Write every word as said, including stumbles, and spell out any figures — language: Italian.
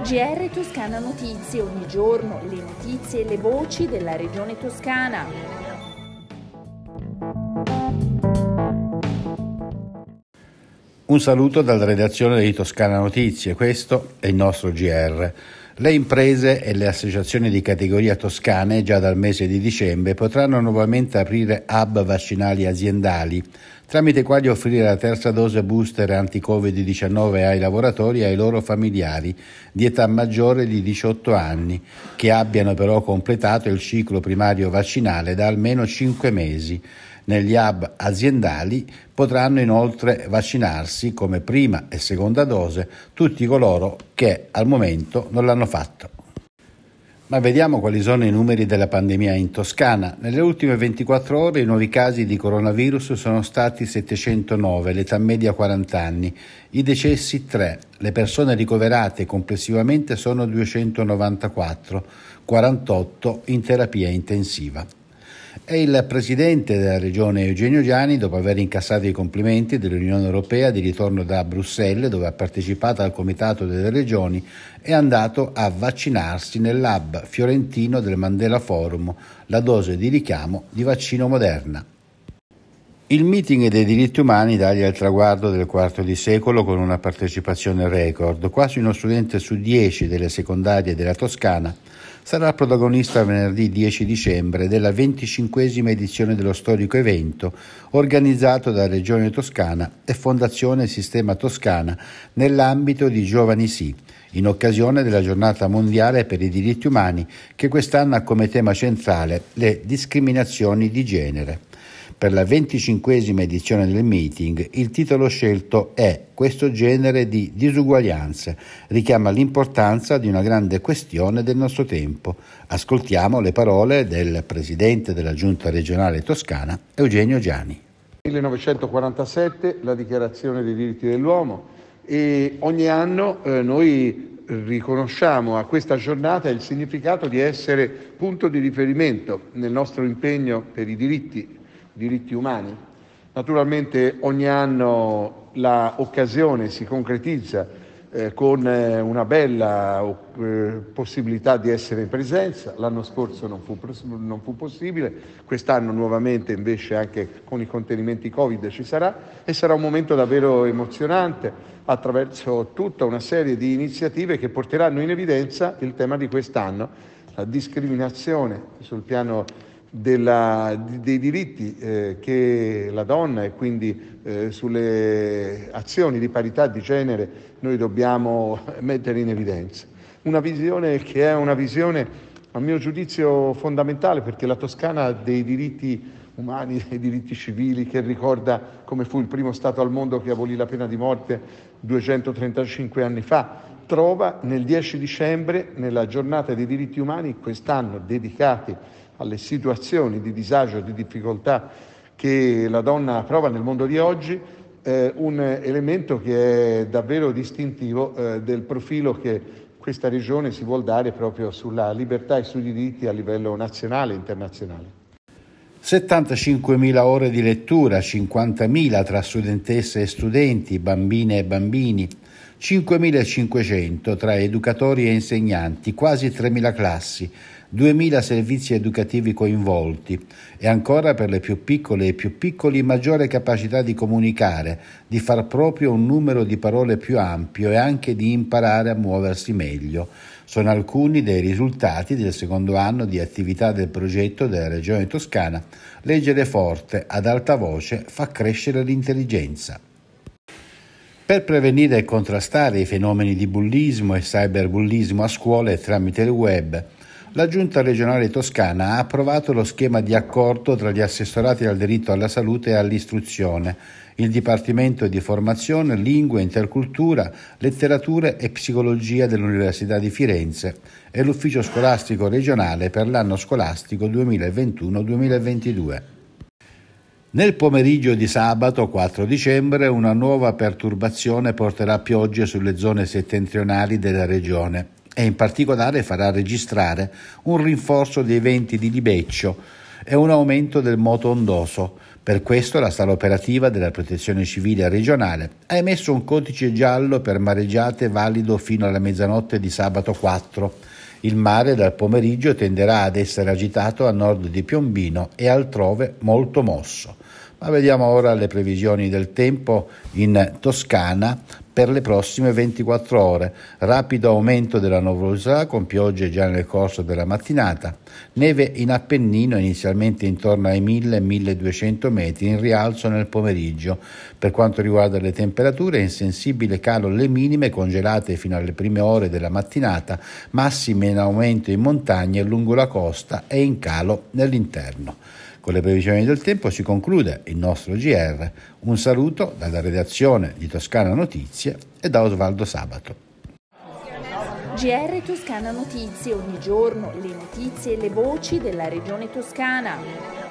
G R Toscana Notizie, ogni giorno le notizie e le voci della regione toscana. Un saluto dalla redazione di Toscana Notizie, questo è il nostro G R. Le imprese e le associazioni di categoria toscane già dal mese di dicembre potranno nuovamente aprire hub vaccinali aziendali, tramite i quali offrire la terza dose booster anti-covid diciannove ai lavoratori e ai loro familiari di età maggiore di diciotto anni, che abbiano però completato il ciclo primario vaccinale da almeno cinque mesi. Negli hub aziendali potranno inoltre vaccinarsi come prima e seconda dose tutti coloro che al momento non l'hanno fatto. Ma vediamo quali sono i numeri della pandemia in Toscana. Nelle ultime ventiquattro ore i nuovi casi di coronavirus sono stati settecentonove, l'età media quaranta anni, i decessi tre, le persone ricoverate complessivamente sono duecentonovantaquattro, quarantotto in terapia intensiva. E il presidente della regione Eugenio Giani, dopo aver incassato i complimenti dell'Unione Europea di ritorno da Bruxelles, dove ha partecipato al Comitato delle Regioni, è andato a vaccinarsi nell'hub fiorentino del Mandela Forum, la dose di richiamo di vaccino Moderna. Il meeting dei diritti umani taglia il traguardo del quarto di secolo con una partecipazione record. Quasi uno studente su dieci delle secondarie della Toscana sarà protagonista venerdì dieci dicembre della venticinquesima edizione dello storico evento organizzato da Regione Toscana e Fondazione Sistema Toscana nell'ambito di Giovani Sì, in occasione della Giornata Mondiale per i Diritti Umani che quest'anno ha come tema centrale le discriminazioni di genere. Per la venticinquesima edizione del meeting il titolo scelto è "Questo genere di disuguaglianze", richiama l'importanza di una grande questione del nostro tempo. Ascoltiamo le parole del presidente della Giunta regionale toscana, Eugenio Giani. millenovecentoquarantasette la Dichiarazione dei diritti dell'uomo e ogni anno eh, noi riconosciamo a questa giornata il significato di essere punto di riferimento nel nostro impegno per i diritti diritti umani. Naturalmente ogni anno l'occasione si concretizza eh, con eh, una bella eh, possibilità di essere in presenza. L'anno scorso non fu, non fu possibile, quest'anno nuovamente invece anche con i contenimenti Covid ci sarà e sarà un momento davvero emozionante attraverso tutta una serie di iniziative che porteranno in evidenza il tema di quest'anno, la discriminazione sul piano Della, dei diritti eh, che la donna e quindi eh, sulle azioni di parità di genere noi dobbiamo mettere in evidenza. Una visione che è una visione a mio giudizio fondamentale, perché la Toscana ha dei diritti umani, dei diritti civili, che ricorda come fu il primo Stato al mondo che abolì la pena di morte duecentotrentacinque anni fa, trova nel dieci dicembre, nella giornata dei diritti umani, quest'anno dedicati alle situazioni di disagio e di difficoltà che la donna prova nel mondo di oggi, eh, un elemento che è davvero distintivo eh, del profilo che questa regione si vuol dare proprio sulla libertà e sui diritti a livello nazionale e internazionale. settantacinquemila ore di lettura, cinquantamila tra studentesse e studenti, bambine e bambini, cinquemilacinquecento tra educatori e insegnanti, quasi tremila classi, duemila servizi educativi coinvolti e ancora per le più piccole e più piccoli maggiore capacità di comunicare, di far proprio un numero di parole più ampio e anche di imparare a muoversi meglio. Sono alcuni dei risultati del secondo anno di attività del progetto della Regione Toscana Leggere forte ad alta voce fa crescere l'intelligenza. Per prevenire e contrastare i fenomeni di bullismo e cyberbullismo a scuole tramite il web, la Giunta regionale toscana ha approvato lo schema di accordo tra gli assessorati al diritto alla salute e all'istruzione, il Dipartimento di Formazione, Lingue, Intercultura, Letterature e Psicologia dell'Università di Firenze e l'Ufficio Scolastico Regionale per l'anno scolastico duemilaventuno duemilaventidue. Nel pomeriggio di sabato quattro dicembre una nuova perturbazione porterà piogge sulle zone settentrionali della regione e in particolare farà registrare un rinforzo dei venti di libeccio e un aumento del moto ondoso, Per questo la sala operativa della Protezione Civile regionale ha emesso un codice giallo per mareggiate valido fino alla mezzanotte di sabato quattro. Il mare dal pomeriggio tenderà ad essere agitato a nord di Piombino e altrove molto mosso. Ma vediamo ora le previsioni del tempo in Toscana per le prossime ventiquattro ore. Rapido aumento della nuvolosità con piogge già nel corso della mattinata. Neve in Appennino inizialmente intorno ai mille milleduecento metri, in rialzo nel pomeriggio. Per quanto riguarda le temperature, in sensibile calo le minime congelate fino alle prime ore della mattinata, massime in aumento in montagna e lungo la costa e in calo nell'interno. Con le previsioni del tempo si conclude il nostro G R. Un saluto dalla redazione di Toscana Notizie e da Osvaldo Sabato. G R Toscana Notizie, ogni giorno le notizie e le voci della regione toscana.